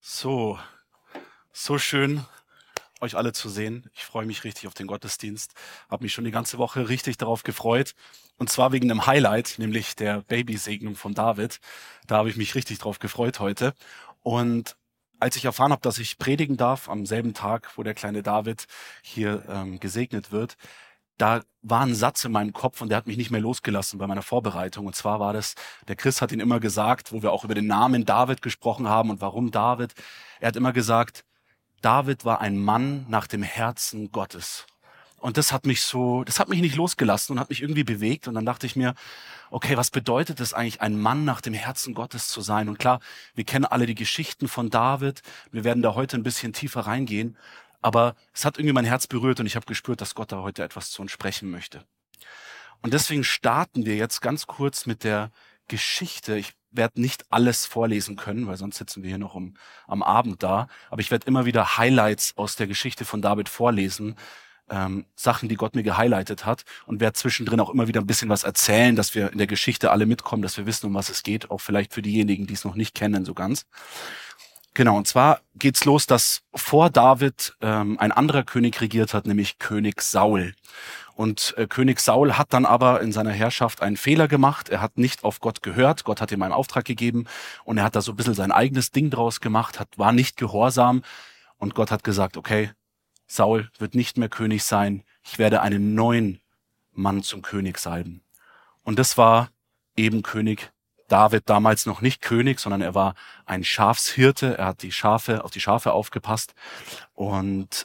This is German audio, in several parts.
So, so schön, euch alle zu sehen. Ich freue mich richtig auf den Gottesdienst. Habe mich schon die ganze Woche richtig darauf gefreut. Und zwar wegen einem Highlight, nämlich der Babysegnung von David. Da habe ich mich richtig drauf gefreut heute. Und als ich erfahren habe, dass ich predigen darf am selben Tag, wo der kleine David hier gesegnet wird, da war ein Satz in meinem Kopf und der hat mich nicht mehr losgelassen bei meiner Vorbereitung. Und zwar war das, der Chris hat ihn immer gesagt, wo wir auch über den Namen David gesprochen haben und warum David. Er hat immer gesagt, David war ein Mann nach dem Herzen Gottes. Und das hat mich nicht losgelassen und hat mich irgendwie bewegt. Und dann dachte ich mir, okay, was bedeutet es eigentlich, ein Mann nach dem Herzen Gottes zu sein? Und klar, wir kennen alle die Geschichten von David. Wir werden da heute ein bisschen tiefer reingehen. Aber es hat irgendwie mein Herz berührt und ich habe gespürt, dass Gott da heute etwas zu uns sprechen möchte. Und deswegen starten wir jetzt ganz kurz mit der Geschichte. Ich werde nicht alles vorlesen können, weil sonst sitzen wir hier noch am Abend da. Aber ich werde immer wieder Highlights aus der Geschichte von David vorlesen, Sachen, die Gott mir gehighlightet hat, und werde zwischendrin auch immer wieder ein bisschen was erzählen, dass wir in der Geschichte alle mitkommen, dass wir wissen, um was es geht, auch vielleicht für diejenigen, die es noch nicht kennen so ganz. Genau, und zwar geht's los, dass vor David ein anderer König regiert hat, nämlich König Saul. Und König Saul hat dann aber in seiner Herrschaft einen Fehler gemacht. Er hat nicht auf Gott gehört. Gott hat ihm einen Auftrag gegeben und er hat da so ein bisschen sein eigenes Ding draus gemacht, war nicht gehorsam. Und Gott hat gesagt, okay, Saul wird nicht mehr König sein. Ich werde einen neuen Mann zum König salben. Und das war eben König David, damals noch nicht König, sondern er war ein Schafshirte. Er hat auf die Schafe aufgepasst. Und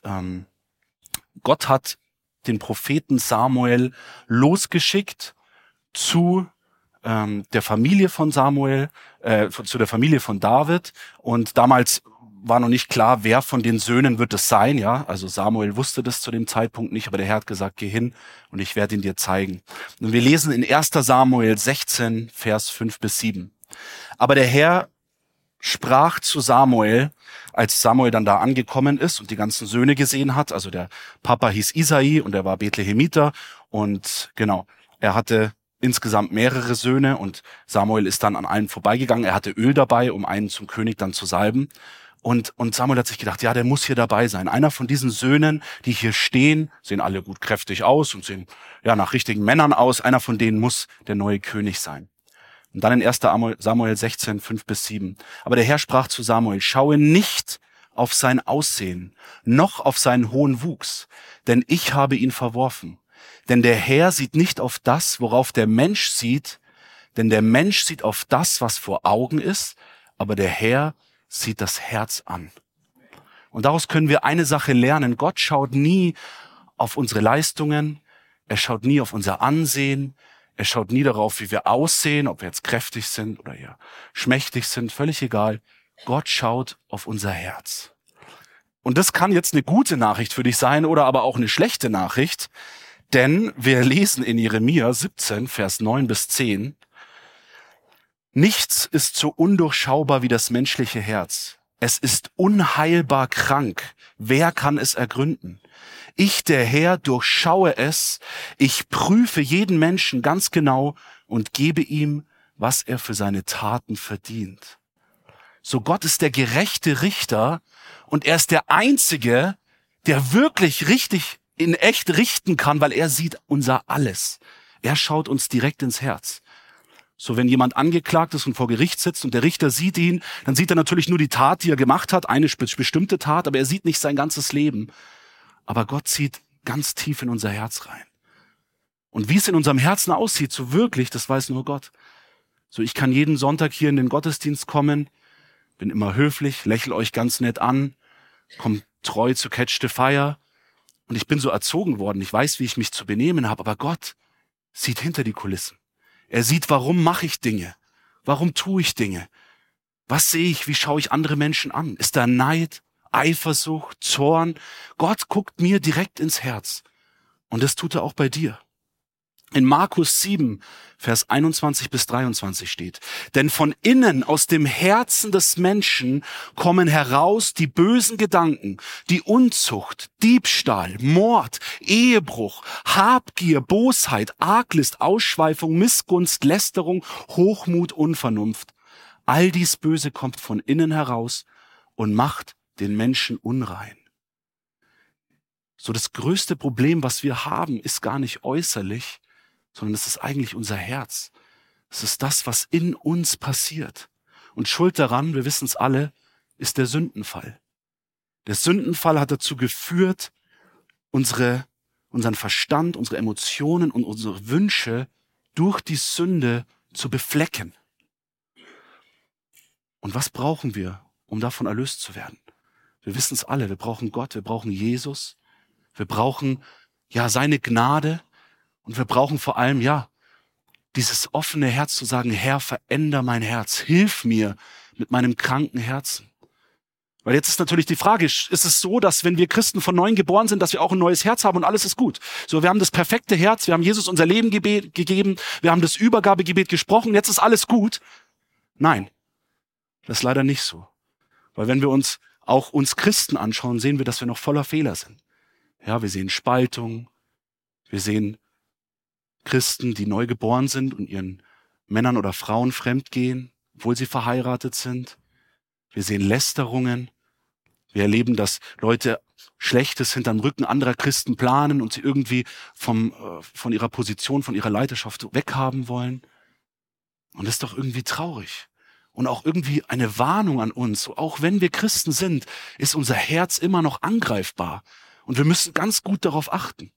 Gott hat den Propheten Samuel losgeschickt zu der Familie von Samuel, zu der Familie von David. Und damals war noch nicht klar, wer von den Söhnen wird es sein. Ja, also Samuel wusste das zu dem Zeitpunkt nicht, aber der Herr hat gesagt, geh hin und ich werde ihn dir zeigen. Und wir lesen in 1. Samuel 16, Vers 5-7. Aber der Herr sprach zu Samuel, als Samuel dann da angekommen ist und die ganzen Söhne gesehen hat. Also der Papa hieß Isai und er war Bethlehemiter. Und genau, er hatte insgesamt mehrere Söhne und Samuel ist dann an allen vorbeigegangen. Er hatte Öl dabei, um einen zum König dann zu salben. Und Samuel hat sich gedacht, ja, der muss hier dabei sein. Einer von diesen Söhnen, die hier stehen, sehen alle gut kräftig aus und sehen ja nach richtigen Männern aus. Einer von denen muss der neue König sein. Und dann in 1. Samuel 16, 5-7. Aber der Herr sprach zu Samuel, schaue nicht auf sein Aussehen, noch auf seinen hohen Wuchs, denn ich habe ihn verworfen. Denn der Herr sieht nicht auf das, worauf der Mensch sieht, denn der Mensch sieht auf das, was vor Augen ist, aber der Herr sieht das Herz an. Und daraus können wir eine Sache lernen. Gott schaut nie auf unsere Leistungen, er schaut nie auf unser Ansehen, er schaut nie darauf, wie wir aussehen, ob wir jetzt kräftig sind oder eher schmächtig sind, völlig egal. Gott schaut auf unser Herz. Und das kann jetzt eine gute Nachricht für dich sein oder aber auch eine schlechte Nachricht, denn wir lesen in Jeremia 17, Vers 9-10, nichts ist so undurchschaubar wie das menschliche Herz. Es ist unheilbar krank. Wer kann es ergründen? Ich, der Herr, durchschaue es. Ich prüfe jeden Menschen ganz genau und gebe ihm, was er für seine Taten verdient. So Gott ist der gerechte Richter und er ist der Einzige, der wirklich richtig in echt richten kann, weil er sieht unser Alles. Er schaut uns direkt ins Herz. So, wenn jemand angeklagt ist und vor Gericht sitzt und der Richter sieht ihn, dann sieht er natürlich nur die Tat, die er gemacht hat, eine bestimmte Tat, aber er sieht nicht sein ganzes Leben. Aber Gott sieht ganz tief in unser Herz rein. Und wie es in unserem Herzen aussieht, so wirklich, das weiß nur Gott. So, ich kann jeden Sonntag hier in den Gottesdienst kommen, bin immer höflich, lächle euch ganz nett an, komme treu zu Catch the Fire. Und ich bin so erzogen worden, ich weiß, wie ich mich zu benehmen habe, aber Gott sieht hinter die Kulissen. Er sieht, warum mache ich Dinge? Warum tue ich Dinge? Was sehe ich? Wie schaue ich andere Menschen an? Ist da Neid, Eifersucht, Zorn? Gott guckt mir direkt ins Herz. Und das tut er auch bei dir. In Markus 7, Vers 21-23 steht, denn von innen aus dem Herzen des Menschen kommen heraus die bösen Gedanken, die Unzucht, Diebstahl, Mord, Ehebruch, Habgier, Bosheit, Arglist, Ausschweifung, Missgunst, Lästerung, Hochmut, Unvernunft. All dies Böse kommt von innen heraus und macht den Menschen unrein. So, das größte Problem, was wir haben, ist gar nicht äußerlich, sondern es ist eigentlich unser Herz. Es ist das, was in uns passiert. Und schuld daran, wir wissen es alle, ist der Sündenfall. Der Sündenfall hat dazu geführt, unseren Verstand, unsere Emotionen und unsere Wünsche durch die Sünde zu beflecken. Und was brauchen wir, um davon erlöst zu werden? Wir wissen es alle, wir brauchen Gott, wir brauchen Jesus, wir brauchen seine Gnade und wir brauchen vor allem dieses offene Herz zu sagen, Herr, veränder mein Herz, hilf mir mit meinem kranken Herzen. Weil jetzt ist natürlich die Frage, ist es so, dass wenn wir Christen von neuem geboren sind, dass wir auch ein neues Herz haben und alles ist gut? So, wir haben das perfekte Herz, wir haben Jesus unser Leben gegeben, wir haben das Übergabegebet gesprochen, jetzt ist alles gut. Nein, das ist leider nicht so. Weil wenn wir uns Christen anschauen, sehen wir, dass wir noch voller Fehler sind. Ja, wir sehen Spaltung, wir sehen Christen, die neu geboren sind und ihren Männern oder Frauen fremdgehen, obwohl sie verheiratet sind. Wir sehen Lästerungen. Wir erleben, dass Leute Schlechtes hinterm Rücken anderer Christen planen und sie irgendwie von ihrer Position, von ihrer Leiterschaft weghaben wollen. Und das ist doch irgendwie traurig. Und auch irgendwie eine Warnung an uns. Auch wenn wir Christen sind, ist unser Herz immer noch angreifbar. Und wir müssen ganz gut darauf achten.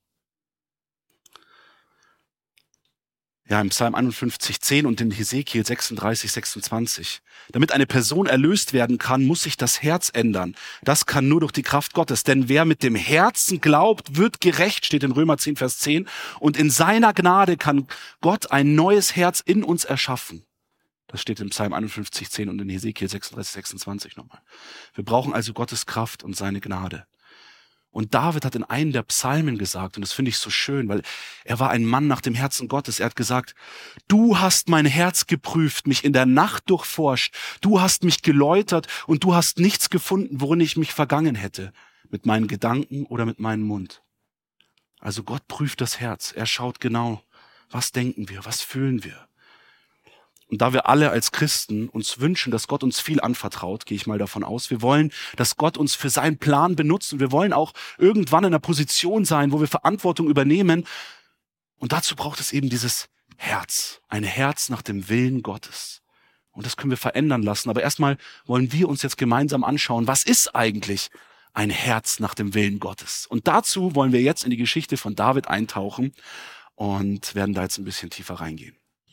Ja, im Psalm 51,10 und in Hesekiel 36,26. Damit eine Person erlöst werden kann, muss sich das Herz ändern. Das kann nur durch die Kraft Gottes. Denn wer mit dem Herzen glaubt, wird gerecht, steht in Römer 10, Vers 10. Und in seiner Gnade kann Gott ein neues Herz in uns erschaffen. Das steht im Psalm 51,10 und in Hesekiel 36,26 nochmal. Wir brauchen also Gottes Kraft und seine Gnade. Und David hat in einem der Psalmen gesagt, und das finde ich so schön, weil er war ein Mann nach dem Herzen Gottes. Er hat gesagt, du hast mein Herz geprüft, mich in der Nacht durchforscht. Du hast mich geläutert und du hast nichts gefunden, worin ich mich vergangen hätte. Mit meinen Gedanken oder mit meinem Mund. Also Gott prüft das Herz. Er schaut genau, was denken wir, was fühlen wir. Und da wir alle als Christen uns wünschen, dass Gott uns viel anvertraut, gehe ich mal davon aus. Wir wollen, dass Gott uns für seinen Plan benutzt und wir wollen auch irgendwann in einer Position sein, wo wir Verantwortung übernehmen. Und dazu braucht es eben dieses Herz, ein Herz nach dem Willen Gottes. Und das können wir verändern lassen. Aber erstmal wollen wir uns jetzt gemeinsam anschauen, was ist eigentlich ein Herz nach dem Willen Gottes? Und dazu wollen wir jetzt in die Geschichte von David eintauchen und werden da jetzt ein bisschen tiefer reingehen.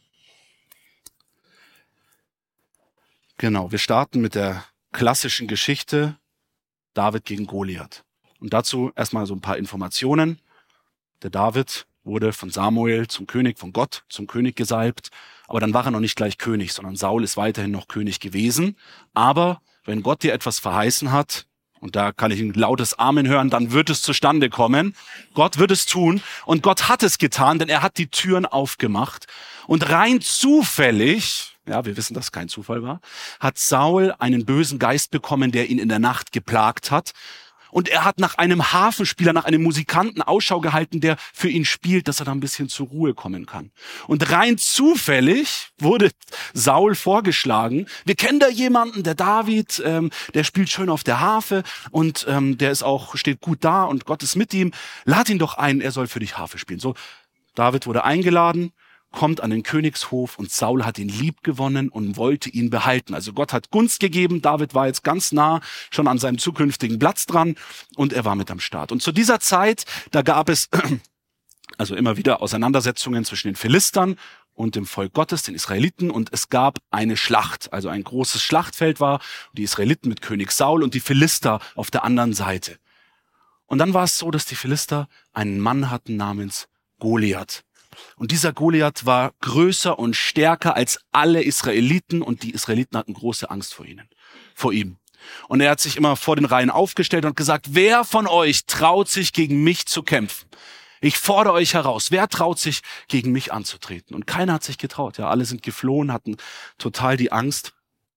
Genau, wir starten mit der klassischen Geschichte David gegen Goliath. Und dazu erstmal so ein paar Informationen. Der David wurde von Samuel zum König, von Gott zum König gesalbt. Aber dann war er noch nicht gleich König, sondern Saul ist weiterhin noch König gewesen. Aber wenn Gott dir etwas verheißen hat, und da kann ich ein lautes Amen hören, dann wird es zustande kommen. Gott wird es tun und Gott hat es getan, denn er hat die Türen aufgemacht. Und rein zufällig, ja, wir wissen, dass es kein Zufall war, hat Saul einen bösen Geist bekommen, der ihn in der Nacht geplagt hat. Und er hat nach einem Harfenspieler, nach einem Musikanten Ausschau gehalten, der für ihn spielt, dass er da ein bisschen zur Ruhe kommen kann. Und rein zufällig wurde Saul vorgeschlagen, wir kennen da jemanden, der David, der spielt schön auf der Harfe und der steht gut da und Gott ist mit ihm. Lad ihn doch ein, er soll für dich Harfe spielen. So, David wurde eingeladen, kommt an den Königshof und Saul hat ihn lieb gewonnen und wollte ihn behalten. Also Gott hat Gunst gegeben, David war jetzt ganz nah schon an seinem zukünftigen Platz dran und er war mit am Start. Und zu dieser Zeit, da gab es also immer wieder Auseinandersetzungen zwischen den Philistern und dem Volk Gottes, den Israeliten, und es gab eine Schlacht, also ein großes Schlachtfeld war, die Israeliten mit König Saul und die Philister auf der anderen Seite. Und dann war es so, dass die Philister einen Mann hatten namens Goliath. Und dieser Goliath war größer und stärker als alle Israeliten und die Israeliten hatten große Angst vor ihm. Und er hat sich immer vor den Reihen aufgestellt und gesagt, wer von euch traut sich gegen mich zu kämpfen? Ich fordere euch heraus, wer traut sich gegen mich anzutreten? Und keiner hat sich getraut. Ja, alle sind geflohen, hatten total die Angst.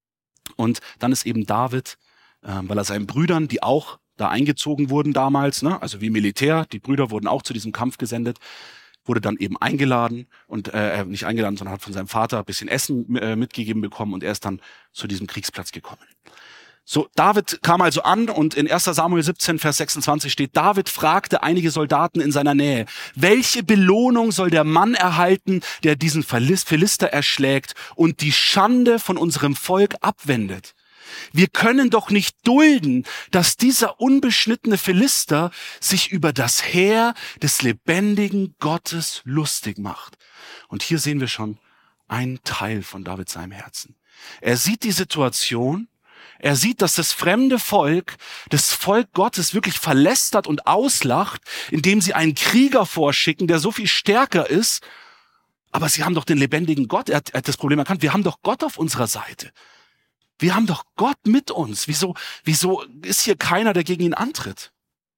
Und dann ist eben David, weil er seinen Brüdern, die auch da eingezogen wurden damals, ne, also wie Militär, die Brüder wurden auch zu diesem Kampf gesendet, wurde dann eben eingeladen und nicht eingeladen, sondern hat von seinem Vater ein bisschen Essen mitgegeben bekommen und er ist dann zu diesem Kriegsplatz gekommen. So, David kam also an und in 1. Samuel 17, Vers 26 steht, David fragte einige Soldaten in seiner Nähe, welche Belohnung soll der Mann erhalten, der diesen Philister erschlägt und die Schande von unserem Volk abwendet? Wir können doch nicht dulden, dass dieser unbeschnittene Philister sich über das Heer des lebendigen Gottes lustig macht. Und hier sehen wir schon einen Teil von David seinem Herzen. Er sieht die Situation. Er sieht, dass das fremde Volk, das Volk Gottes wirklich verlästert und auslacht, indem sie einen Krieger vorschicken, der so viel stärker ist. Aber sie haben doch den lebendigen Gott. Er hat das Problem erkannt. Wir haben doch Gott auf unserer Seite. Wir haben doch Gott mit uns. Wieso ist hier keiner, der gegen ihn antritt?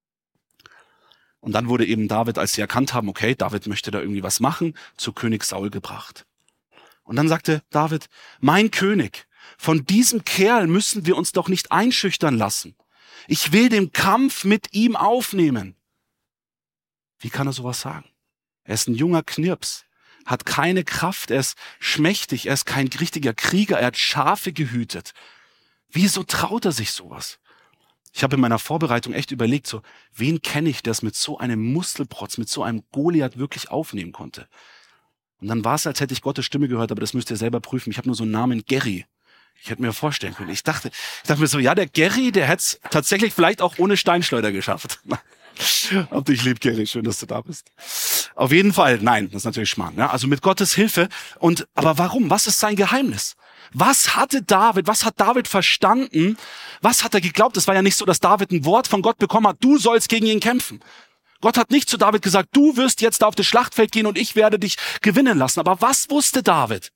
Und dann wurde eben David, als sie erkannt haben, okay, David möchte da irgendwie was machen, zu König Saul gebracht. Und dann sagte David, mein König, von diesem Kerl müssen wir uns doch nicht einschüchtern lassen. Ich will den Kampf mit ihm aufnehmen. Wie kann er sowas sagen? Er ist ein junger Knirps, hat keine Kraft, er ist schmächtig, er ist kein richtiger Krieger, er hat Schafe gehütet. Wieso traut er sich sowas? Ich habe in meiner Vorbereitung echt überlegt, so, wen kenne ich, der es mit so einem Muskelprotz, mit so einem Goliath wirklich aufnehmen konnte? Und dann war es, als hätte ich Gottes Stimme gehört, aber das müsst ihr selber prüfen. Ich habe nur so einen Namen, Gary. Ich hätte mir vorstellen können. Ich dachte mir so, ja, der Gary, der hätte es tatsächlich vielleicht auch ohne Steinschleuder geschafft. Hab dich lieb, Gary, schön, dass du da bist. Auf jeden Fall, nein, das ist natürlich Schmarrn. Ja? Also mit Gottes Hilfe. Aber warum? Was ist sein Geheimnis? Was hat David verstanden? Was hat er geglaubt? Es war ja nicht so, dass David ein Wort von Gott bekommen hat, du sollst gegen ihn kämpfen. Gott hat nicht zu David gesagt, du wirst jetzt auf das Schlachtfeld gehen und ich werde dich gewinnen lassen. Aber was wusste David?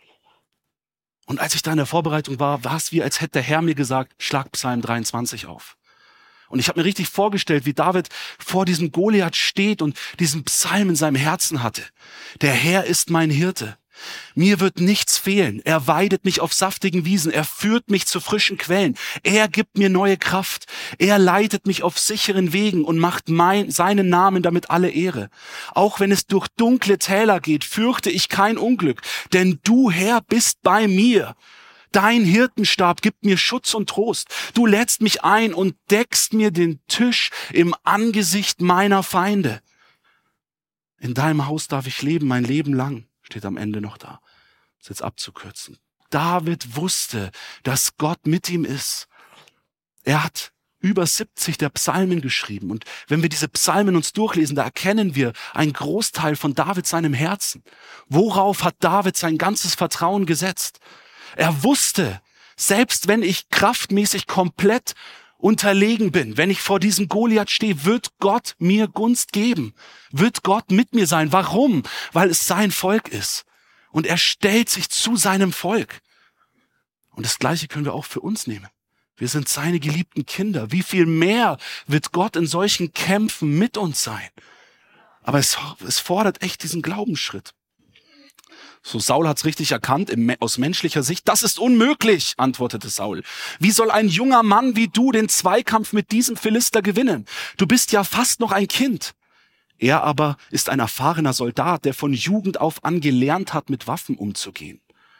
Und als ich da in der Vorbereitung war es wie, als hätte der Herr mir gesagt, schlag Psalm 23 auf. Und ich habe mir richtig vorgestellt, wie David vor diesem Goliath steht und diesen Psalm in seinem Herzen hatte. Der Herr ist mein Hirte. Mir wird nichts fehlen. Er weidet mich auf saftigen Wiesen. Er führt mich zu frischen Quellen. Er gibt mir neue Kraft. Er leitet mich auf sicheren Wegen und macht seinen Namen damit alle Ehre. Auch wenn es durch dunkle Täler geht, fürchte ich kein Unglück, denn du, Herr, bist bei mir. Dein Hirtenstab gibt mir Schutz und Trost. Du lädst mich ein und deckst mir den Tisch im Angesicht meiner Feinde. In deinem Haus darf ich leben, mein Leben lang. Steht am Ende noch da. Ist jetzt abzukürzen. David wusste, dass Gott mit ihm ist. Er hat über 70 der Psalmen geschrieben. Und wenn wir diese Psalmen uns durchlesen, da erkennen wir einen Großteil von David seinem Herzen. Worauf hat David sein ganzes Vertrauen gesetzt? Er wusste, selbst wenn ich kraftmäßig komplett unterlegen bin, wenn ich vor diesem Goliath stehe, wird Gott mir Gunst geben. Wird Gott mit mir sein. Warum? Weil es sein Volk ist. Und er stellt sich zu seinem Volk. Und das Gleiche können wir auch für uns nehmen. Wir sind seine geliebten Kinder. Wie viel mehr wird Gott in solchen Kämpfen mit uns sein? Aber es fordert echt diesen Glaubensschritt. So, Saul hat's richtig erkannt, aus menschlicher Sicht. Das ist unmöglich, antwortete Saul. Wie soll ein junger Mann wie du den Zweikampf mit diesem Philister gewinnen? Du bist ja fast noch ein Kind. Er aber ist ein erfahrener Soldat, der von Jugend auf an gelernt hat, mit Waffen umzugehen.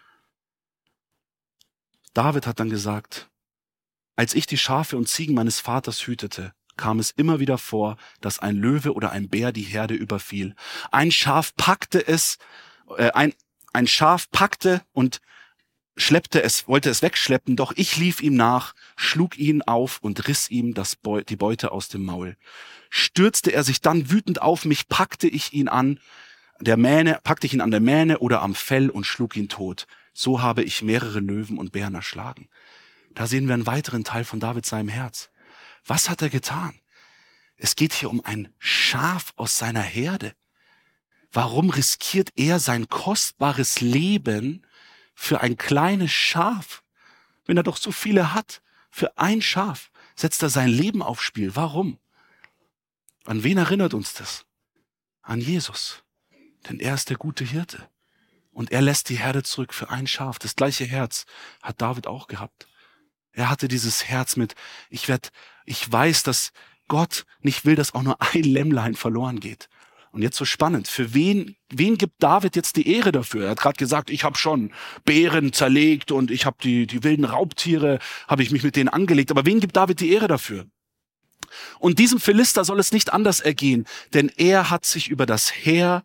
David hat dann gesagt, als ich die Schafe und Ziegen meines Vaters hütete, kam es immer wieder vor, dass ein Löwe oder ein Bär die Herde überfiel. Ein Schaf packte und wollte es wegschleppen, doch ich lief ihm nach, schlug ihn auf und riss ihm die Beute aus dem Maul. Stürzte er sich dann wütend auf mich, packte ich ihn an der Mähne oder am Fell und schlug ihn tot. So habe ich mehrere Löwen und Bären erschlagen. Da sehen wir einen weiteren Teil von David seinem Herz. Was hat er getan? Es geht hier um ein Schaf aus seiner Herde. Warum riskiert er sein kostbares Leben für ein kleines Schaf? Wenn er doch so viele hat, für ein Schaf setzt er sein Leben aufs Spiel. Warum? An wen erinnert uns das? An Jesus. Denn er ist der gute Hirte. Und er lässt die Herde zurück für ein Schaf. Das gleiche Herz hat David auch gehabt. Er hatte dieses Herz mit, ich weiß, dass Gott nicht will, dass auch nur ein Lämmlein verloren geht. Und jetzt so spannend, für wen gibt David jetzt die Ehre dafür? Er hat gerade gesagt, ich habe schon Bären zerlegt und ich habe die wilden Raubtiere, habe ich mich mit denen angelegt. Aber wen gibt David die Ehre dafür? Und diesem Philister soll es nicht anders ergehen, denn er hat sich über das Heer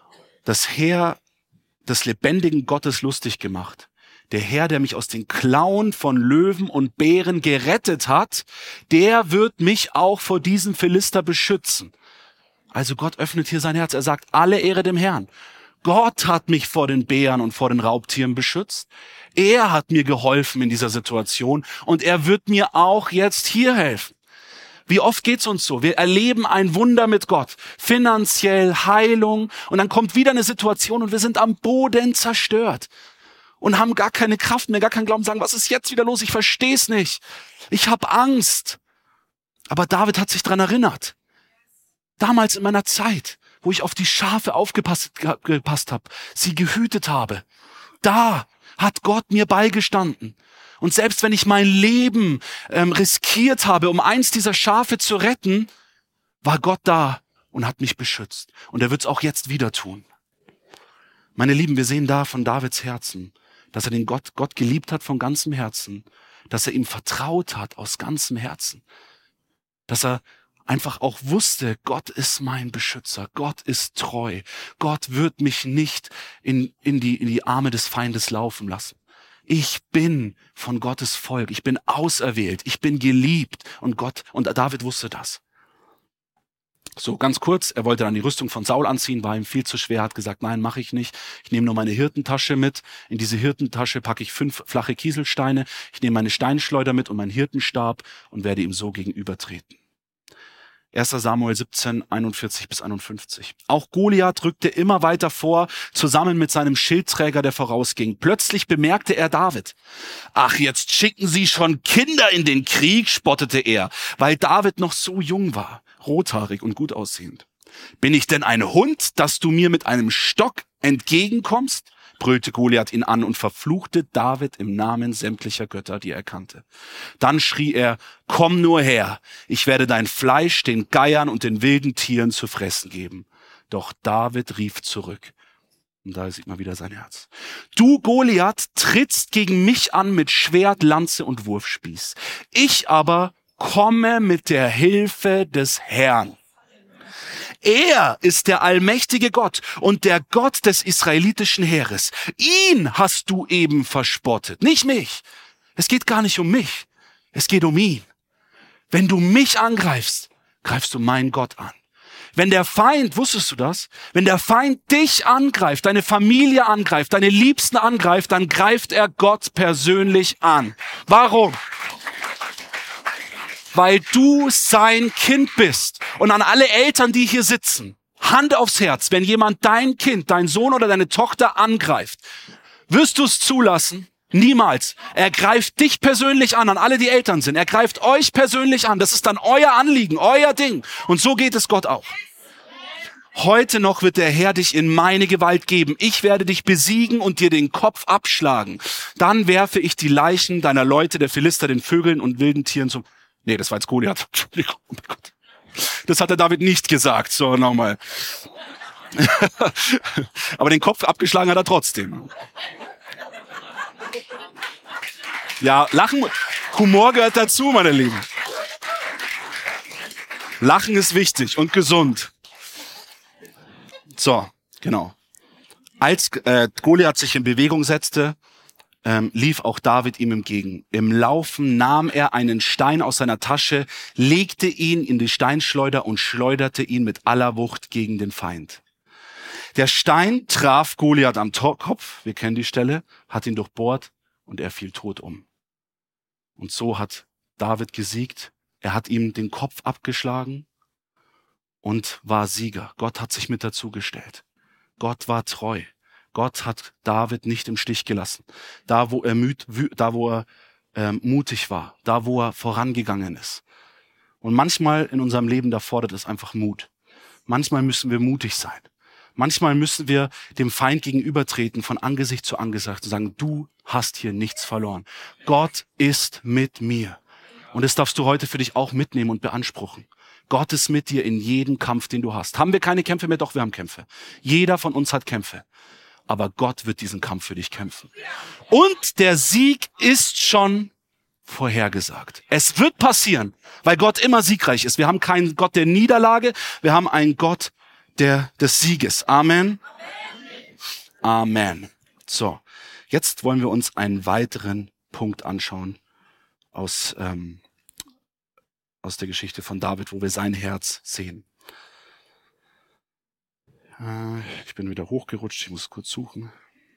des lebendigen Gottes lustig gemacht. Der Herr, der mich aus den Klauen von Löwen und Bären gerettet hat, der wird mich auch vor diesem Philister beschützen. Also Gott öffnet hier sein Herz. Er sagt, alle Ehre dem Herrn. Gott hat mich vor den Bären und vor den Raubtieren beschützt. Er hat mir geholfen in dieser Situation und er wird mir auch jetzt hier helfen. Wie oft geht's uns so? Wir erleben ein Wunder mit Gott. Finanziell, Heilung. Und dann kommt wieder eine Situation und wir sind am Boden zerstört. Und haben gar keine Kraft mehr, gar keinen Glauben, sagen, was ist jetzt wieder los? Ich verstehe es nicht. Ich habe Angst. Aber David hat sich dran erinnert. Damals in meiner Zeit, wo ich auf die Schafe aufgepasst habe, sie gehütet habe. Da hat Gott mir beigestanden. Und selbst wenn ich mein Leben riskiert habe, um eins dieser Schafe zu retten, war Gott da und hat mich beschützt. Und er wird es auch jetzt wieder tun. Meine Lieben, wir sehen da von Davids Herzen, dass er den Gott geliebt hat von ganzem Herzen, dass er ihm vertraut hat aus ganzem Herzen, dass er einfach auch wusste, Gott ist mein Beschützer, Gott ist treu, Gott wird mich nicht in die Arme des Feindes laufen lassen. Ich bin von Gottes Volk, ich bin auserwählt, ich bin geliebt und David wusste das. So, ganz kurz, er wollte dann die Rüstung von Saul anziehen, war ihm viel zu schwer, hat gesagt, nein, mache ich nicht. Ich nehme nur meine Hirtentasche mit. In diese Hirtentasche packe ich 5 flache Kieselsteine. Ich nehme meine Steinschleuder mit und meinen Hirtenstab und werde ihm so gegenübertreten. 1. Samuel 17, 41-51. Auch Goliath rückte immer weiter vor, zusammen mit seinem Schildträger, der vorausging. Plötzlich bemerkte er David. Ach, jetzt schicken Sie schon Kinder in den Krieg, spottete er, weil David noch so jung war, rothaarig und gut aussehend. Bin ich denn ein Hund, dass du mir mit einem Stock entgegenkommst? Brüllte Goliath ihn an und verfluchte David im Namen sämtlicher Götter, die er kannte. Dann schrie er, komm nur her, ich werde dein Fleisch den Geiern und den wilden Tieren zu fressen geben. Doch David rief zurück. Und da sieht man wieder sein Herz. Du, Goliath, trittst gegen mich an mit Schwert, Lanze und Wurfspieß. Ich aber komme mit der Hilfe des Herrn. Er ist der allmächtige Gott und der Gott des israelitischen Heeres. Ihn hast du eben verspottet, nicht mich. Es geht gar nicht um mich, es geht um ihn. Wenn du mich angreifst, greifst du meinen Gott an. Wenn der Feind, wusstest du das? Wenn der Feind dich angreift, deine Familie angreift, deine Liebsten angreift, dann greift er Gott persönlich an. Warum? Weil du sein Kind bist. Und an alle Eltern, die hier sitzen, Hand aufs Herz, wenn jemand dein Kind, dein Sohn oder deine Tochter angreift, wirst du es zulassen? Niemals. Er greift dich persönlich an alle, die Eltern sind. Er greift euch persönlich an. Das ist dann euer Anliegen, euer Ding. Und so geht es Gott auch. Heute noch wird der Herr dich in meine Gewalt geben. Ich werde dich besiegen und dir den Kopf abschlagen. Dann werfe ich die Leichen deiner Leute, der Philister, den Vögeln und wilden Tieren zum... Nee, das war jetzt Goliath. Entschuldigung. Oh mein Gott. Das hat der David nicht gesagt. So, nochmal. Aber den Kopf abgeschlagen hat er trotzdem. Ja, Lachen, Humor gehört dazu, meine Lieben. Lachen ist wichtig und gesund. So, genau. Als Goliath sich in Bewegung setzte, lief auch David ihm entgegen. Im Laufen nahm er einen Stein aus seiner Tasche, legte ihn in die Steinschleuder und schleuderte ihn mit aller Wucht gegen den Feind. Der Stein traf Goliath am Kopf, wir kennen die Stelle, hat ihn durchbohrt und er fiel tot um. Und so hat David gesiegt. Er hat ihm den Kopf abgeschlagen und war Sieger. Gott hat sich mit dazugestellt. Gott war treu. Gott hat David nicht im Stich gelassen. Da, wo er mutig war, da, wo er vorangegangen ist. Und manchmal in unserem Leben, da fordert es einfach Mut. Manchmal müssen wir mutig sein. Manchmal müssen wir dem Feind gegenübertreten, von Angesicht zu Angesicht und sagen, du hast hier nichts verloren. Gott ist mit mir. Und das darfst du heute für dich auch mitnehmen und beanspruchen. Gott ist mit dir in jedem Kampf, den du hast. Haben wir keine Kämpfe mehr? Doch, wir haben Kämpfe. Jeder von uns hat Kämpfe. Aber Gott wird diesen Kampf für dich kämpfen. Und der Sieg ist schon vorhergesagt. Es wird passieren, weil Gott immer siegreich ist. Wir haben keinen Gott der Niederlage, wir haben einen Gott des Sieges. Amen. Amen. So, jetzt wollen wir uns einen weiteren Punkt anschauen aus der Geschichte von David, wo wir sein Herz sehen. Ich bin wieder hochgerutscht, ich muss kurz suchen.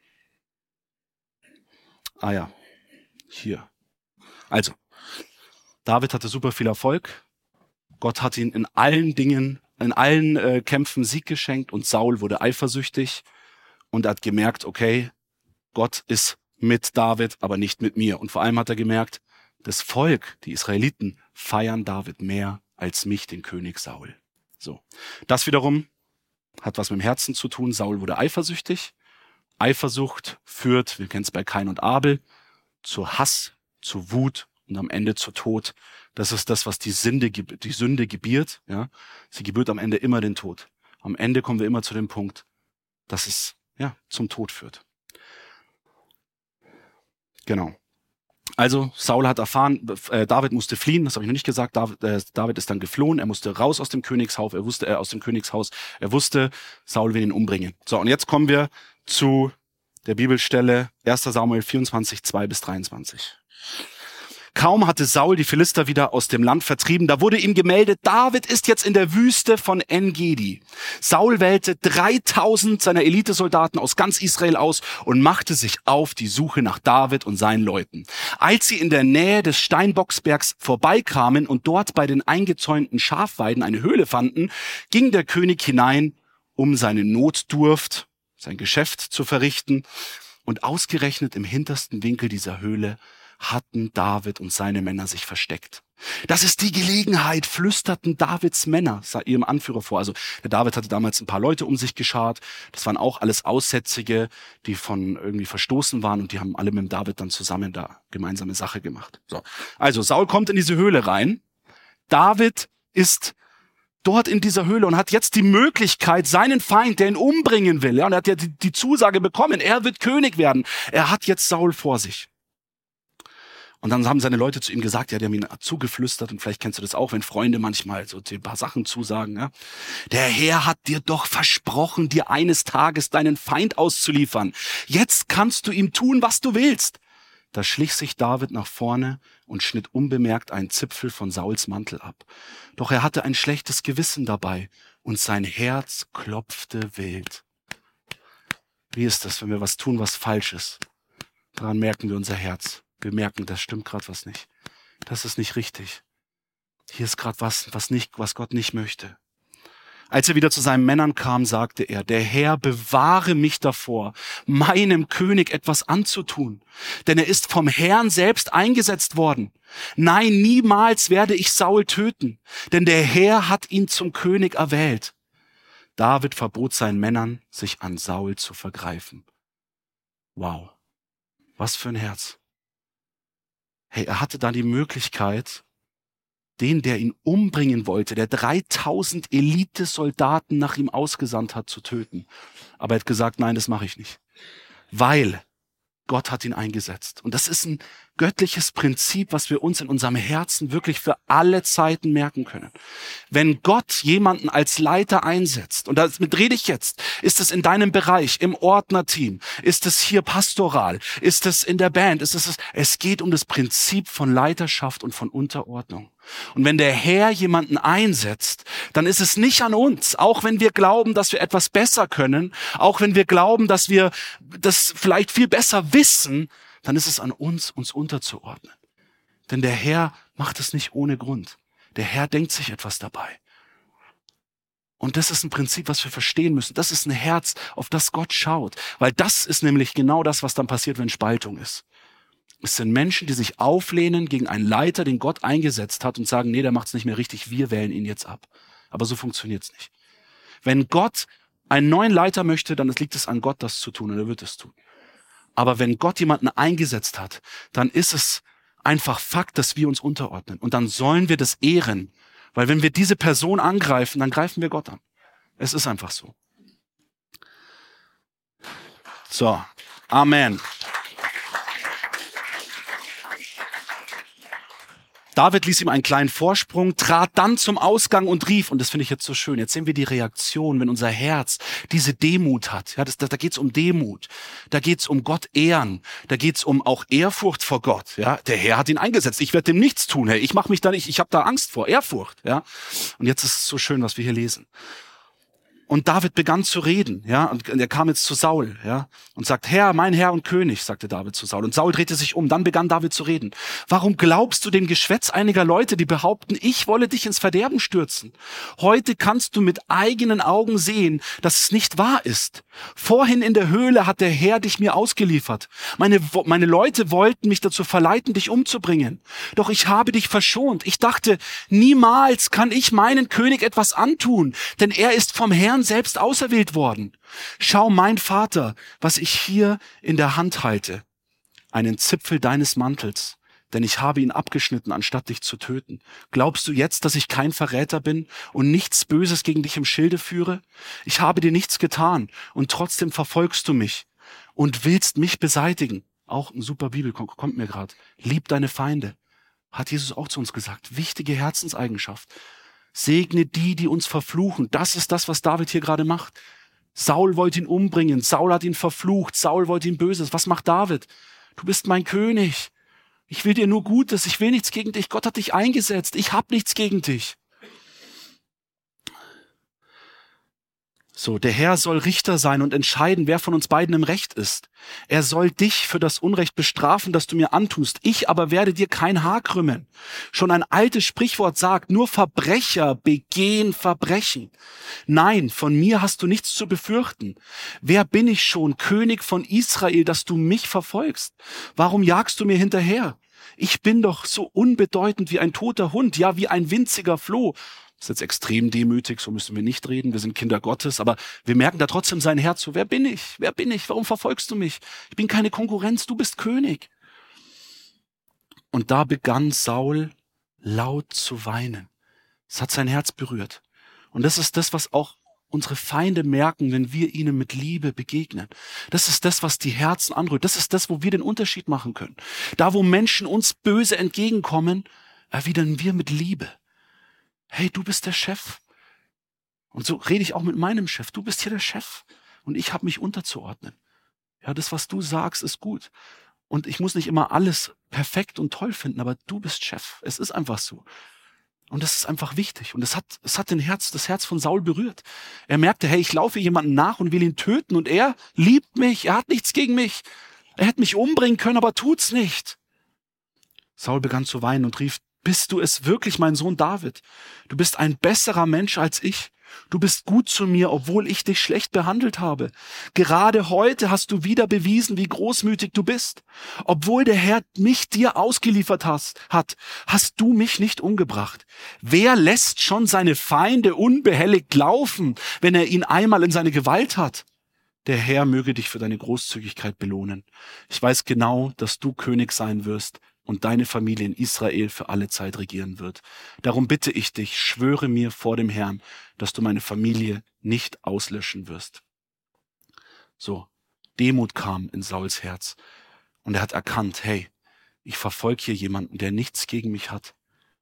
Ah ja, hier. Also, David hatte super viel Erfolg. Gott hat ihn in allen Dingen, in allen Kämpfen Sieg geschenkt und Saul wurde eifersüchtig und hat gemerkt, okay, Gott ist mit David, aber nicht mit mir. Und vor allem hat er gemerkt, das Volk, die Israeliten, feiern David mehr als mich, den König Saul. So, das wiederum hat was mit dem Herzen zu tun. Saul wurde eifersüchtig. Eifersucht führt, wir kennen es bei Kain und Abel, zu Hass, zu Wut und am Ende zu Tod. Das ist das, was die Sünde gebiert. Ja? Sie gebiert am Ende immer den Tod. Am Ende kommen wir immer zu dem Punkt, dass es zum Tod führt. Genau. Also Saul hat erfahren, David musste fliehen, das habe ich noch nicht gesagt. David ist dann geflohen, er musste raus aus dem Königshaus, er wusste, Saul will ihn umbringen. So, und jetzt kommen wir zu der Bibelstelle 1. Samuel 24, 2-23. Kaum hatte Saul die Philister wieder aus dem Land vertrieben, da wurde ihm gemeldet, David ist jetzt in der Wüste von En-Gedi. Saul wählte 3000 seiner Elitesoldaten aus ganz Israel aus und machte sich auf die Suche nach David und seinen Leuten. Als sie in der Nähe des Steinbocksbergs vorbeikamen und dort bei den eingezäunten Schafweiden eine Höhle fanden, ging der König hinein, um seine Notdurft, sein Geschäft zu verrichten. Und ausgerechnet im hintersten Winkel dieser Höhle hatten David und seine Männer sich versteckt. Das ist die Gelegenheit, flüsterten Davids Männer ihrem Anführer vor. Also der David hatte damals ein paar Leute um sich geschart. Das waren auch alles Aussätzige, die von irgendwie verstoßen waren und die haben alle mit dem David dann zusammen da gemeinsame Sache gemacht. So. Also Saul kommt in diese Höhle rein. David ist dort in dieser Höhle und hat jetzt die Möglichkeit, seinen Feind, der ihn umbringen will, und er hat ja die Zusage bekommen, er wird König werden. Er hat jetzt Saul vor sich. Und dann haben seine Leute zu ihm gesagt, die haben ihn zugeflüstert, und vielleicht kennst du das auch, wenn Freunde manchmal so ein paar Sachen zusagen. Ja? Der Herr hat dir doch versprochen, dir eines Tages deinen Feind auszuliefern. Jetzt kannst du ihm tun, was du willst. Da schlich sich David nach vorne und schnitt unbemerkt einen Zipfel von Sauls Mantel ab. Doch er hatte ein schlechtes Gewissen dabei und sein Herz klopfte wild. Wie ist das, wenn wir was tun, was falsch ist? Daran merken wir unser Herz. Wir merken, das stimmt gerade was nicht. Das ist nicht richtig. Hier ist gerade was Gott nicht möchte. Als er wieder zu seinen Männern kam, sagte er, der Herr bewahre mich davor, meinem König etwas anzutun. Denn er ist vom Herrn selbst eingesetzt worden. Nein, niemals werde ich Saul töten, denn der Herr hat ihn zum König erwählt. David verbot seinen Männern, sich an Saul zu vergreifen. Wow, was für ein Herz. Hey, er hatte da die Möglichkeit, den, der ihn umbringen wollte, der 3000 Elitesoldaten nach ihm ausgesandt hat, zu töten. Aber er hat gesagt, nein, das mache ich nicht. Weil Gott hat ihn eingesetzt. Und das ist ein göttliches Prinzip, was wir uns in unserem Herzen wirklich für alle Zeiten merken können. Wenn Gott jemanden als Leiter einsetzt, und damit rede ich jetzt, ist es in deinem Bereich, im Ordnerteam, ist es hier pastoral, ist es in der Band, es geht um das Prinzip von Leiterschaft und von Unterordnung. Und wenn der Herr jemanden einsetzt, dann ist es nicht an uns, auch wenn wir glauben, dass wir etwas besser können, auch wenn wir glauben, dass wir das vielleicht viel besser wissen, dann ist es an uns, uns unterzuordnen. Denn der Herr macht es nicht ohne Grund. Der Herr denkt sich etwas dabei. Und das ist ein Prinzip, was wir verstehen müssen. Das ist ein Herz, auf das Gott schaut. Weil das ist nämlich genau das, was dann passiert, wenn Spaltung ist. Es sind Menschen, die sich auflehnen gegen einen Leiter, den Gott eingesetzt hat, und sagen, nee, der macht es nicht mehr richtig, wir wählen ihn jetzt ab. Aber so funktioniert es nicht. Wenn Gott einen neuen Leiter möchte, dann liegt es an Gott, das zu tun, und er wird es tun. Aber wenn Gott jemanden eingesetzt hat, dann ist es einfach Fakt, dass wir uns unterordnen. Und dann sollen wir das ehren. Weil wenn wir diese Person angreifen, dann greifen wir Gott an. Es ist einfach so. So, Amen. David ließ ihm einen kleinen Vorsprung, trat dann zum Ausgang und rief, und das finde ich jetzt so schön, jetzt sehen wir die Reaktion, wenn unser Herz diese Demut hat. Ja, da geht's um Demut, da geht's um Gott ehren, da geht's um auch Ehrfurcht vor Gott. Ja, der Herr hat ihn eingesetzt, ich werde dem nichts tun. Hey, ich mache mich da nicht, ich habe da Angst vor, Ehrfurcht. Ja, und jetzt ist es so schön, was wir hier lesen. Und David begann zu reden, ja, und er kam jetzt zu Saul, ja, und sagt, Herr, mein Herr und König, sagte David zu Saul. Und Saul drehte sich um, dann begann David zu reden. Warum glaubst du dem Geschwätz einiger Leute, die behaupten, ich wolle dich ins Verderben stürzen? Heute kannst du mit eigenen Augen sehen, dass es nicht wahr ist. Vorhin in der Höhle hat der Herr dich mir ausgeliefert. Meine Leute wollten mich dazu verleiten, dich umzubringen. Doch ich habe dich verschont. Ich dachte, niemals kann ich meinen König etwas antun, denn er ist vom Herrn selbst auserwählt worden. Schau, mein Vater, was ich hier in der Hand halte. Einen Zipfel deines Mantels, denn ich habe ihn abgeschnitten, anstatt dich zu töten. Glaubst du jetzt, dass ich kein Verräter bin und nichts Böses gegen dich im Schilde führe? Ich habe dir nichts getan und trotzdem verfolgst du mich und willst mich beseitigen. Auch ein super Bibel kommt mir gerade. Lieb deine Feinde. Hat Jesus auch zu uns gesagt. Wichtige Herzenseigenschaft. Segne die, die uns verfluchen. Das ist das, was David hier gerade macht. Saul wollte ihn umbringen. Saul hat ihn verflucht. Saul wollte ihm Böses. Was macht David? Du bist mein König. Ich will dir nur Gutes. Ich will nichts gegen dich. Gott hat dich eingesetzt. Ich habe nichts gegen dich. So, der Herr soll Richter sein und entscheiden, wer von uns beiden im Recht ist. Er soll dich für das Unrecht bestrafen, das du mir antust. Ich aber werde dir kein Haar krümmen. Schon ein altes Sprichwort sagt, nur Verbrecher begehen Verbrechen. Nein, von mir hast du nichts zu befürchten. Wer bin ich schon, König von Israel, dass du mich verfolgst? Warum jagst du mir hinterher? Ich bin doch so unbedeutend wie ein toter Hund, ja, wie ein winziger Floh. Das ist jetzt extrem demütig, so müssen wir nicht reden. Wir sind Kinder Gottes, aber wir merken da trotzdem sein Herz so. Wer bin ich? Wer bin ich? Warum verfolgst du mich? Ich bin keine Konkurrenz, du bist König. Und da begann Saul laut zu weinen. Es hat sein Herz berührt. Und das ist das, was auch unsere Feinde merken, wenn wir ihnen mit Liebe begegnen. Das ist das, was die Herzen anrührt. Das ist das, wo wir den Unterschied machen können. Da, wo Menschen uns böse entgegenkommen, erwidern wir mit Liebe. Hey, du bist der Chef. Und so rede ich auch mit meinem Chef. Du bist hier der Chef. Und ich habe mich unterzuordnen. Ja, das, was du sagst, ist gut. Und ich muss nicht immer alles perfekt und toll finden, aber du bist Chef. Es ist einfach so. Und das ist einfach wichtig. Und es hat das Herz von Saul berührt. Er merkte, hey, ich laufe jemanden nach und will ihn töten. Und er liebt mich. Er hat nichts gegen mich. Er hätte mich umbringen können, aber tut's nicht. Saul begann zu weinen und rief, bist du es wirklich, mein Sohn David? Du bist ein besserer Mensch als ich. Du bist gut zu mir, obwohl ich dich schlecht behandelt habe. Gerade heute hast du wieder bewiesen, wie großmütig du bist. Obwohl der Herr mich dir ausgeliefert hat, hast du mich nicht umgebracht. Wer lässt schon seine Feinde unbehelligt laufen, wenn er ihn einmal in seine Gewalt hat? Der Herr möge dich für deine Großzügigkeit belohnen. Ich weiß genau, dass du König sein wirst und deine Familie in Israel für alle Zeit regieren wird. Darum bitte ich dich, schwöre mir vor dem Herrn, dass du meine Familie nicht auslöschen wirst. So, Demut kam in Sauls Herz und er hat erkannt, hey, ich verfolge hier jemanden, der nichts gegen mich hat.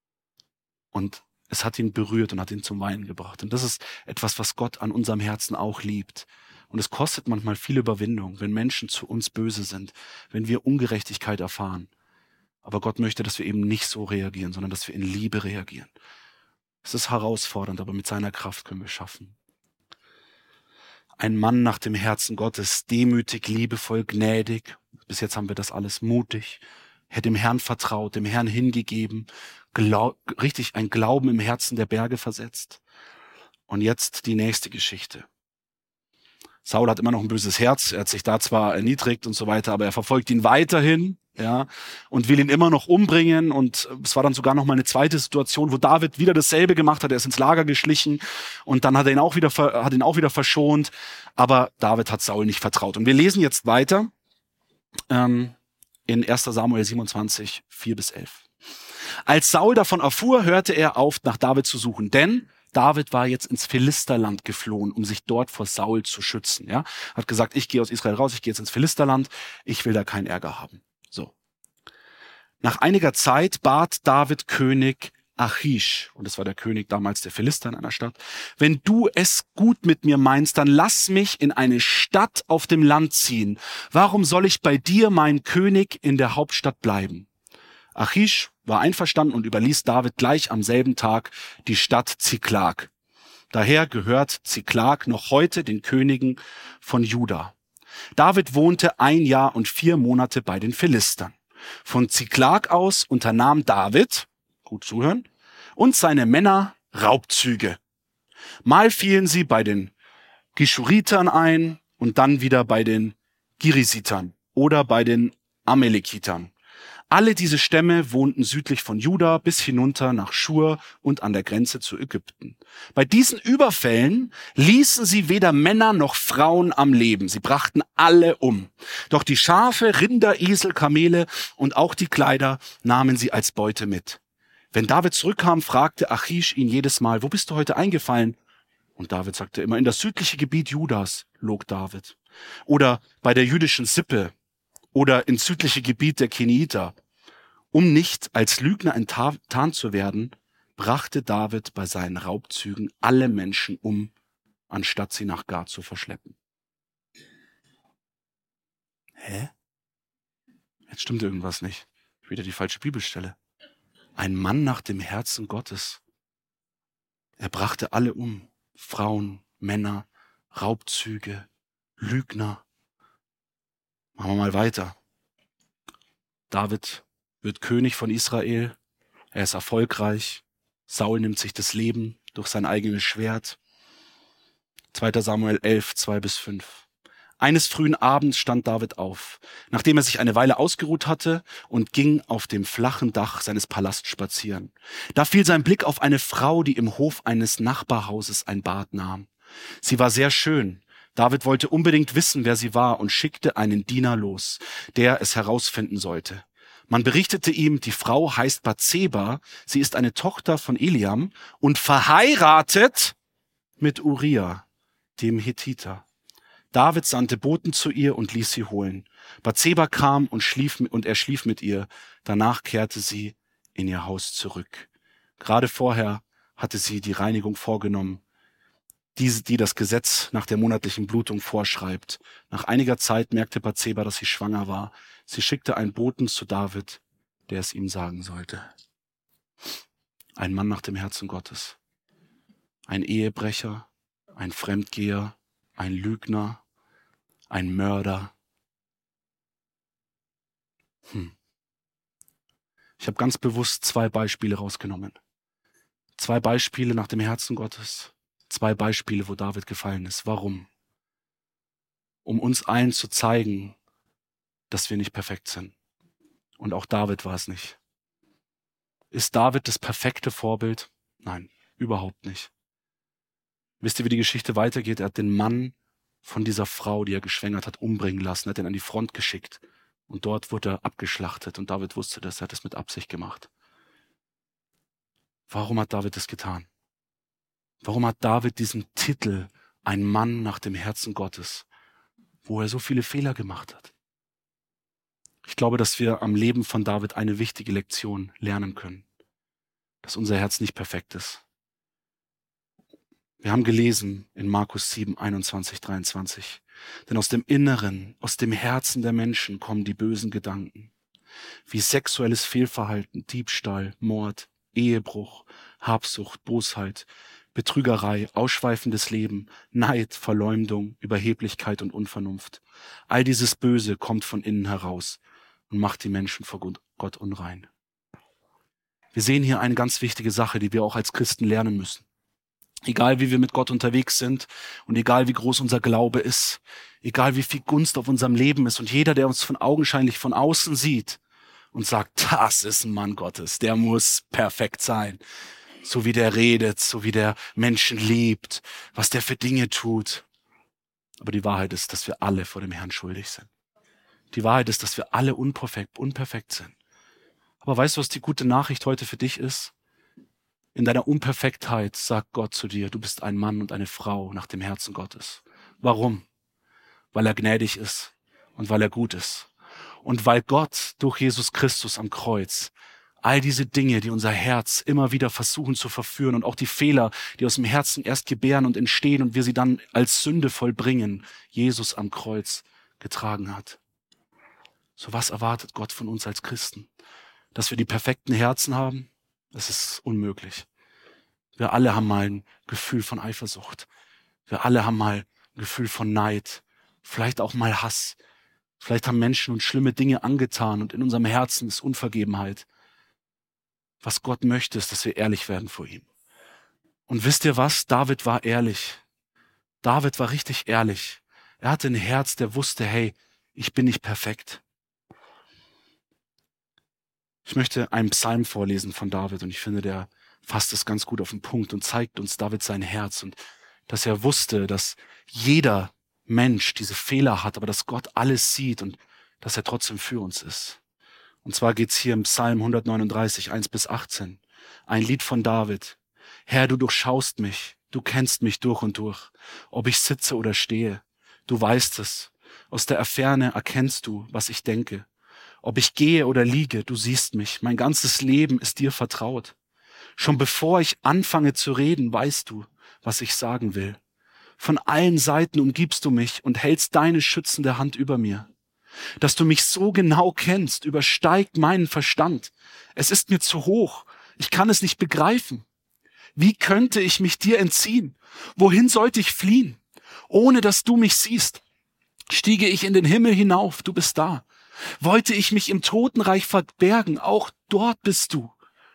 Und es hat ihn berührt und hat ihn zum Weinen gebracht. Und das ist etwas, was Gott an unserem Herzen auch liebt. Und es kostet manchmal viel Überwindung, wenn Menschen zu uns böse sind, wenn wir Ungerechtigkeit erfahren. Aber Gott möchte, dass wir eben nicht so reagieren, sondern dass wir in Liebe reagieren. Es ist herausfordernd, aber mit seiner Kraft können wir schaffen. Ein Mann nach dem Herzen Gottes, demütig, liebevoll, gnädig. Bis jetzt haben wir das alles mutig. Er hat dem Herrn vertraut, dem Herrn hingegeben, richtig ein Glauben im Herzen der Berge versetzt. Und jetzt die nächste Geschichte. Saul hat immer noch ein böses Herz, er hat sich da zwar erniedrigt und so weiter, aber er verfolgt ihn weiterhin, ja, und will ihn immer noch umbringen. Und es war dann sogar noch mal eine zweite Situation, wo David wieder dasselbe gemacht hat. Er ist ins Lager geschlichen und dann hat er ihn auch wieder verschont. Aber David hat Saul nicht vertraut. Und wir lesen jetzt weiter in in 1. Samuel 27, 4-11. Als Saul davon erfuhr, hörte er auf, nach David zu suchen, denn David war jetzt ins Philisterland geflohen, um sich dort vor Saul zu schützen. Ja? Hat gesagt, ich gehe aus Israel raus, ich gehe jetzt ins Philisterland, ich will da keinen Ärger haben. So. Nach einiger Zeit bat David König Achish, und das war der König damals der Philister in einer Stadt, wenn du es gut mit mir meinst, dann lass mich in eine Stadt auf dem Land ziehen. Warum soll ich bei dir, mein König, in der Hauptstadt bleiben? Achish war einverstanden und überließ David gleich am selben Tag die Stadt Ziklag. Daher gehört Ziklag noch heute den Königen von Juda. David wohnte 1 Jahr und 4 Monate bei den Philistern. Von Ziklag aus unternahm David, gut zuhören, und seine Männer Raubzüge. Mal fielen sie bei den Geschuritern ein und dann wieder bei den Girisitern oder bei den Amalekitern. Alle diese Stämme wohnten südlich von Juda bis hinunter nach Schur und an der Grenze zu Ägypten. Bei diesen Überfällen ließen sie weder Männer noch Frauen am Leben. Sie brachten alle um. Doch die Schafe, Rinder, Esel, Kamele und auch die Kleider nahmen sie als Beute mit. Wenn David zurückkam, fragte Achish ihn jedes Mal, wo bist du heute eingefallen? Und David sagte immer, in das südliche Gebiet Judas, log David. Oder bei der jüdischen Sippe. Oder ins südliche Gebiet der Keniter. Um nicht als Lügner enttarnt zu werden, brachte David bei seinen Raubzügen alle Menschen um, anstatt sie nach Gad zu verschleppen. Hä? Jetzt stimmt irgendwas nicht. Wieder die falsche Bibelstelle. Ein Mann nach dem Herzen Gottes. Er brachte alle um. Frauen, Männer, Raubzüge, Lügner. Machen wir mal weiter. David wird König von Israel. Er ist erfolgreich. Saul nimmt sich das Leben durch sein eigenes Schwert. 2. Samuel 11, 2-5. Eines frühen Abends stand David auf, nachdem er sich eine Weile ausgeruht hatte, und ging auf dem flachen Dach seines Palasts spazieren. Da fiel sein Blick auf eine Frau, die im Hof eines Nachbarhauses ein Bad nahm. Sie war sehr schön. David wollte unbedingt wissen, wer sie war, und schickte einen Diener los, der es herausfinden sollte. Man berichtete ihm, die Frau heißt Bathseba, sie ist eine Tochter von Eliam und verheiratet mit Uriah, dem Hethiter. David sandte Boten zu ihr und ließ sie holen. Bathseba kam und er schlief mit ihr. Danach kehrte sie in ihr Haus zurück. Gerade vorher hatte sie die Reinigung vorgenommen, die das Gesetz nach der monatlichen Blutung vorschreibt. Nach einiger Zeit merkte Bathseba, dass sie schwanger war. Sie schickte einen Boten zu David, der es ihm sagen sollte. Ein Mann nach dem Herzen Gottes. Ein Ehebrecher, ein Fremdgeher, ein Lügner, ein Mörder. Ich habe ganz bewusst 2 Beispiele rausgenommen. 2 Beispiele nach dem Herzen Gottes. 2 Beispiele, wo David gefallen ist. Warum? Um uns allen zu zeigen, dass wir nicht perfekt sind. Und auch David war es nicht. Ist David das perfekte Vorbild? Nein, überhaupt nicht. Wisst ihr, wie die Geschichte weitergeht? Er hat den Mann von dieser Frau, die er geschwängert hat, umbringen lassen, hat ihn an die Front geschickt. Und dort wurde er abgeschlachtet. Und David wusste das, er hat das mit Absicht gemacht. Warum hat David das getan? Warum hat David diesen Titel, ein Mann nach dem Herzen Gottes, wo er so viele Fehler gemacht hat? Ich glaube, dass wir am Leben von David eine wichtige Lektion lernen können. Dass unser Herz nicht perfekt ist. Wir haben gelesen in Markus 7, 21, 23. Denn aus dem Inneren, aus dem Herzen der Menschen kommen die bösen Gedanken. Wie sexuelles Fehlverhalten, Diebstahl, Mord, Ehebruch, Habsucht, Bosheit, Betrügerei, ausschweifendes Leben, Neid, Verleumdung, Überheblichkeit und Unvernunft. All dieses Böse kommt von innen heraus und macht die Menschen vor Gott unrein. Wir sehen hier eine ganz wichtige Sache, die wir auch als Christen lernen müssen. Egal wie wir mit Gott unterwegs sind und egal wie groß unser Glaube ist, egal wie viel Gunst auf unserem Leben ist und jeder, der uns augenscheinlich von außen sieht und sagt, das ist ein Mann Gottes, der muss perfekt sein. So wie der redet, so wie der Menschen liebt, was der für Dinge tut. Aber die Wahrheit ist, dass wir alle vor dem Herrn schuldig sind. Die Wahrheit ist, dass wir alle unperfekt sind. Aber weißt du, was die gute Nachricht heute für dich ist? In deiner Unperfektheit sagt Gott zu dir, du bist ein Mann und eine Frau nach dem Herzen Gottes. Warum? Weil er gnädig ist und weil er gut ist. Und weil Gott durch Jesus Christus am Kreuz all diese Dinge, die unser Herz immer wieder versuchen zu verführen und auch die Fehler, die aus dem Herzen erst gebären und entstehen und wir sie dann als Sünde vollbringen, Jesus am Kreuz getragen hat. So was erwartet Gott von uns als Christen? Dass wir die perfekten Herzen haben? Das ist unmöglich. Wir alle haben mal ein Gefühl von Eifersucht. Wir alle haben mal ein Gefühl von Neid. Vielleicht auch mal Hass. Vielleicht haben Menschen uns schlimme Dinge angetan und in unserem Herzen ist Unvergebenheit. Was Gott möchte, ist, dass wir ehrlich werden vor ihm. Und wisst ihr was? David war ehrlich. David war richtig ehrlich. Er hatte ein Herz, der wusste, hey, ich bin nicht perfekt. Ich möchte einen Psalm vorlesen von David und ich finde, der fasst es ganz gut auf den Punkt und zeigt uns David sein Herz und dass er wusste, dass jeder Mensch diese Fehler hat, aber dass Gott alles sieht und dass er trotzdem für uns ist. Und zwar geht's hier im Psalm 139, 1-18. Ein Lied von David. Herr, du durchschaust mich, du kennst mich durch und durch. Ob ich sitze oder stehe, du weißt es. Aus der Ferne erkennst du, was ich denke. Ob ich gehe oder liege, du siehst mich. Mein ganzes Leben ist dir vertraut. Schon bevor ich anfange zu reden, weißt du, was ich sagen will. Von allen Seiten umgibst du mich und hältst deine schützende Hand über mir. Dass du mich so genau kennst, übersteigt meinen Verstand. Es ist mir zu hoch. Ich kann es nicht begreifen. Wie könnte ich mich dir entziehen? Wohin sollte ich fliehen? Ohne dass du mich siehst. Stiege ich in den Himmel hinauf, du bist da. Wollte ich mich im Totenreich verbergen, auch dort bist du.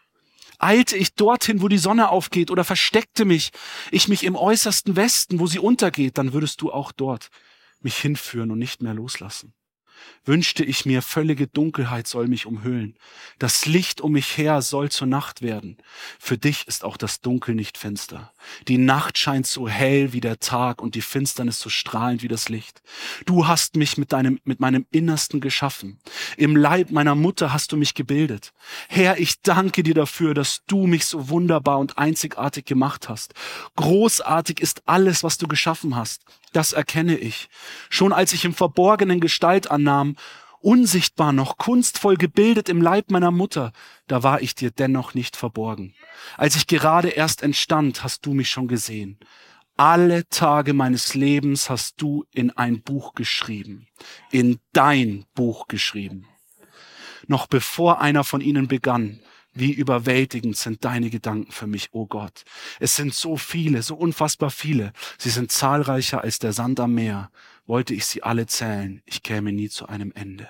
Eilte ich dorthin, wo die Sonne aufgeht, oder versteckte ich mich im äußersten Westen, wo sie untergeht, dann würdest du auch dort mich hinführen und nicht mehr loslassen. Wünschte ich mir, völlige Dunkelheit soll mich umhüllen. Das Licht um mich her soll zur Nacht werden. Für dich ist auch das Dunkel nicht finster. Die Nacht scheint so hell wie der Tag und die Finsternis so strahlend wie das Licht. Du hast mich mit meinem Innersten geschaffen. Im Leib meiner Mutter hast du mich gebildet. Herr, ich danke dir dafür, dass du mich so wunderbar und einzigartig gemacht hast. Großartig ist alles, was du geschaffen hast. Das erkenne ich. Schon als ich im Verborgenen Gestalt annahm, unsichtbar noch, kunstvoll gebildet im Leib meiner Mutter, da war ich dir dennoch nicht verborgen. Als ich gerade erst entstand, hast du mich schon gesehen. Alle Tage meines Lebens hast du in ein Buch geschrieben, in dein Buch geschrieben. Noch bevor einer von ihnen begann, wie überwältigend sind deine Gedanken für mich, oh Gott. Es sind so viele, so unfassbar viele. Sie sind zahlreicher als der Sand am Meer. Wollte ich sie alle zählen, ich käme nie zu einem Ende.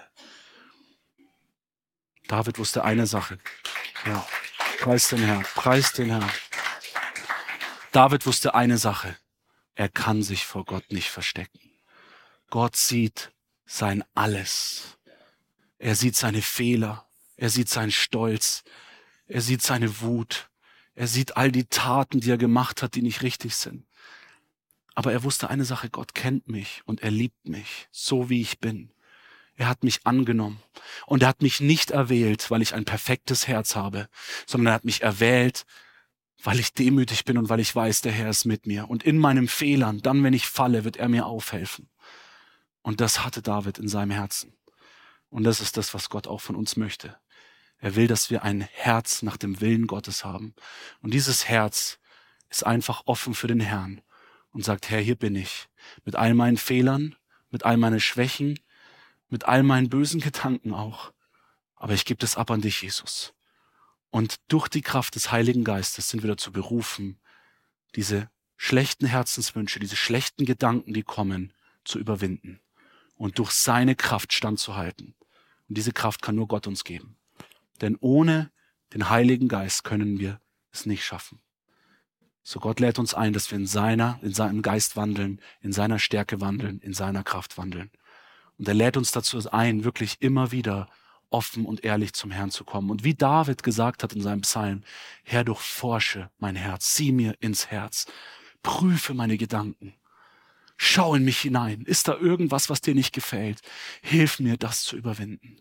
David wusste eine Sache. Ja, preis den Herrn, preis den Herrn. David wusste eine Sache. Er kann sich vor Gott nicht verstecken. Gott sieht sein Alles. Er sieht seine Fehler. Er sieht seinen Stolz. Er sieht seine Wut. Er sieht all die Taten, die er gemacht hat, die nicht richtig sind. Aber er wusste eine Sache, Gott kennt mich und er liebt mich, so wie ich bin. Er hat mich angenommen und er hat mich nicht erwählt, weil ich ein perfektes Herz habe, sondern er hat mich erwählt, weil ich demütig bin und weil ich weiß, der Herr ist mit mir. Und in meinen Fehlern, dann wenn ich falle, wird er mir aufhelfen. Und das hatte David in seinem Herzen. Und das ist das, was Gott auch von uns möchte. Er will, dass wir ein Herz nach dem Willen Gottes haben. Und dieses Herz ist einfach offen für den Herrn und sagt, Herr, hier bin ich. Mit all meinen Fehlern, mit all meinen Schwächen, mit all meinen bösen Gedanken auch. Aber ich gebe das ab an dich, Jesus. Und durch die Kraft des Heiligen Geistes sind wir dazu berufen, diese schlechten Herzenswünsche, diese schlechten Gedanken, die kommen, zu überwinden und durch seine Kraft standzuhalten. Und diese Kraft kann nur Gott uns geben. Denn ohne den Heiligen Geist können wir es nicht schaffen. So Gott lädt uns ein, dass wir in seinem Geist wandeln, in seiner Stärke wandeln, in seiner Kraft wandeln. Und er lädt uns dazu ein, wirklich immer wieder offen und ehrlich zum Herrn zu kommen. Und wie David gesagt hat in seinem Psalm, Herr, durchforsche mein Herz, sieh mir ins Herz, prüfe meine Gedanken. Schau in mich hinein. Ist da irgendwas, was dir nicht gefällt? Hilf mir, das zu überwinden.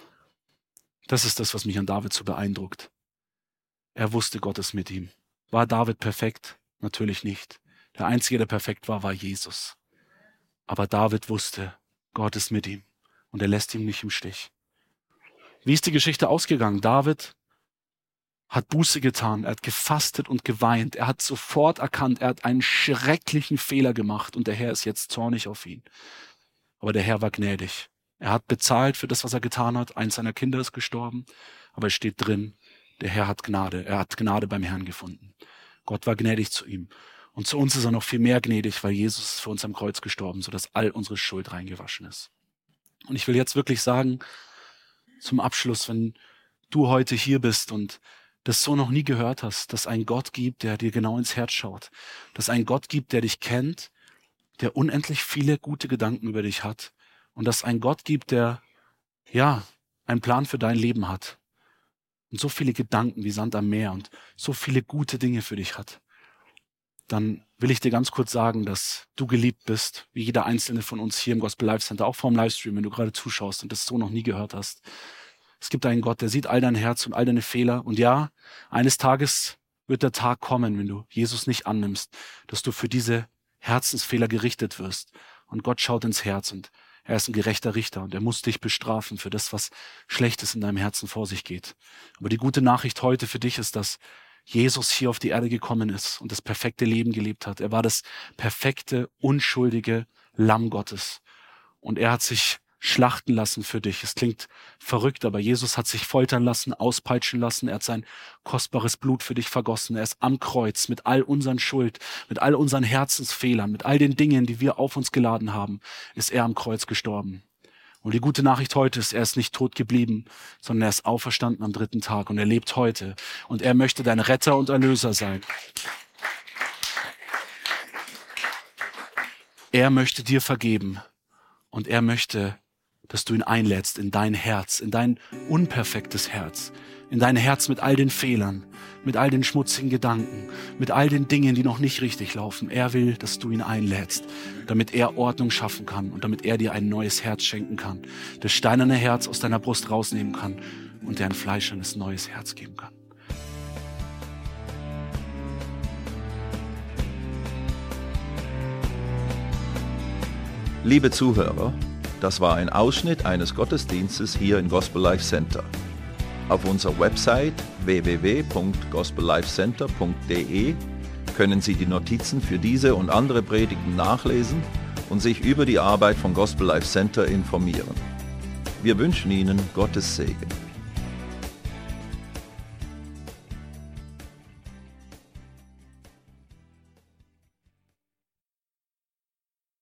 Das ist das, was mich an David so beeindruckt. Er wusste, Gott ist mit ihm. War David perfekt? Natürlich nicht. Der Einzige, der perfekt war, war Jesus. Aber David wusste, Gott ist mit ihm und er lässt ihn nicht im Stich. Wie ist die Geschichte ausgegangen? David hat Buße getan, er hat gefastet und geweint, er hat sofort erkannt, er hat einen schrecklichen Fehler gemacht und der Herr ist jetzt zornig auf ihn. Aber der Herr war gnädig. Er hat bezahlt für das, was er getan hat. Eins seiner Kinder ist gestorben, aber es steht drin, der Herr hat Gnade. Er hat Gnade beim Herrn gefunden. Gott war gnädig zu ihm. Und zu uns ist er noch viel mehr gnädig, weil Jesus ist für uns am Kreuz gestorben, sodass all unsere Schuld reingewaschen ist. Und ich will jetzt wirklich sagen, zum Abschluss, wenn du heute hier bist und das so noch nie gehört hast, dass ein Gott gibt, der dir genau ins Herz schaut, dass ein Gott gibt, der dich kennt, der unendlich viele gute Gedanken über dich hat und dass ein Gott gibt, der, ja, einen Plan für dein Leben hat und so viele Gedanken wie Sand am Meer und so viele gute Dinge für dich hat, dann will ich dir ganz kurz sagen, dass du geliebt bist, wie jeder einzelne von uns hier im Gospel Life Center, auch vor dem Livestream, wenn du gerade zuschaust und das so noch nie gehört hast. Es gibt einen Gott, der sieht all dein Herz und all deine Fehler. Und ja, eines Tages wird der Tag kommen, wenn du Jesus nicht annimmst, dass du für diese Herzensfehler gerichtet wirst. Und Gott schaut ins Herz und er ist ein gerechter Richter und er muss dich bestrafen für das, was Schlechtes in deinem Herzen vor sich geht. Aber die gute Nachricht heute für dich ist, dass Jesus hier auf die Erde gekommen ist und das perfekte Leben gelebt hat. Er war das perfekte, unschuldige Lamm Gottes. Und er hat sich schlachten lassen für dich. Es klingt verrückt, aber Jesus hat sich foltern lassen, auspeitschen lassen. Er hat sein kostbares Blut für dich vergossen. Er ist am Kreuz mit all unseren Schuld, mit all unseren Herzensfehlern, mit all den Dingen, die wir auf uns geladen haben, ist er am Kreuz gestorben. Und die gute Nachricht heute ist, er ist nicht tot geblieben, sondern er ist auferstanden am 3. Tag und er lebt heute. Und er möchte dein Retter und Erlöser sein. Er möchte dir vergeben und er möchte, dass du ihn einlädst in dein Herz, in dein unperfektes Herz, in dein Herz mit all den Fehlern, mit all den schmutzigen Gedanken, mit all den Dingen, die noch nicht richtig laufen. Er will, dass du ihn einlädst, damit er Ordnung schaffen kann und damit er dir ein neues Herz schenken kann, das steinerne Herz aus deiner Brust rausnehmen kann und dir ein fleischernes neues Herz geben kann. Liebe Zuhörer, das war ein Ausschnitt eines Gottesdienstes hier im Gospel Life Center. Auf unserer Website www.gospellifecenter.de können Sie die Notizen für diese und andere Predigten nachlesen und sich über die Arbeit von Gospel Life Center informieren. Wir wünschen Ihnen Gottes Segen.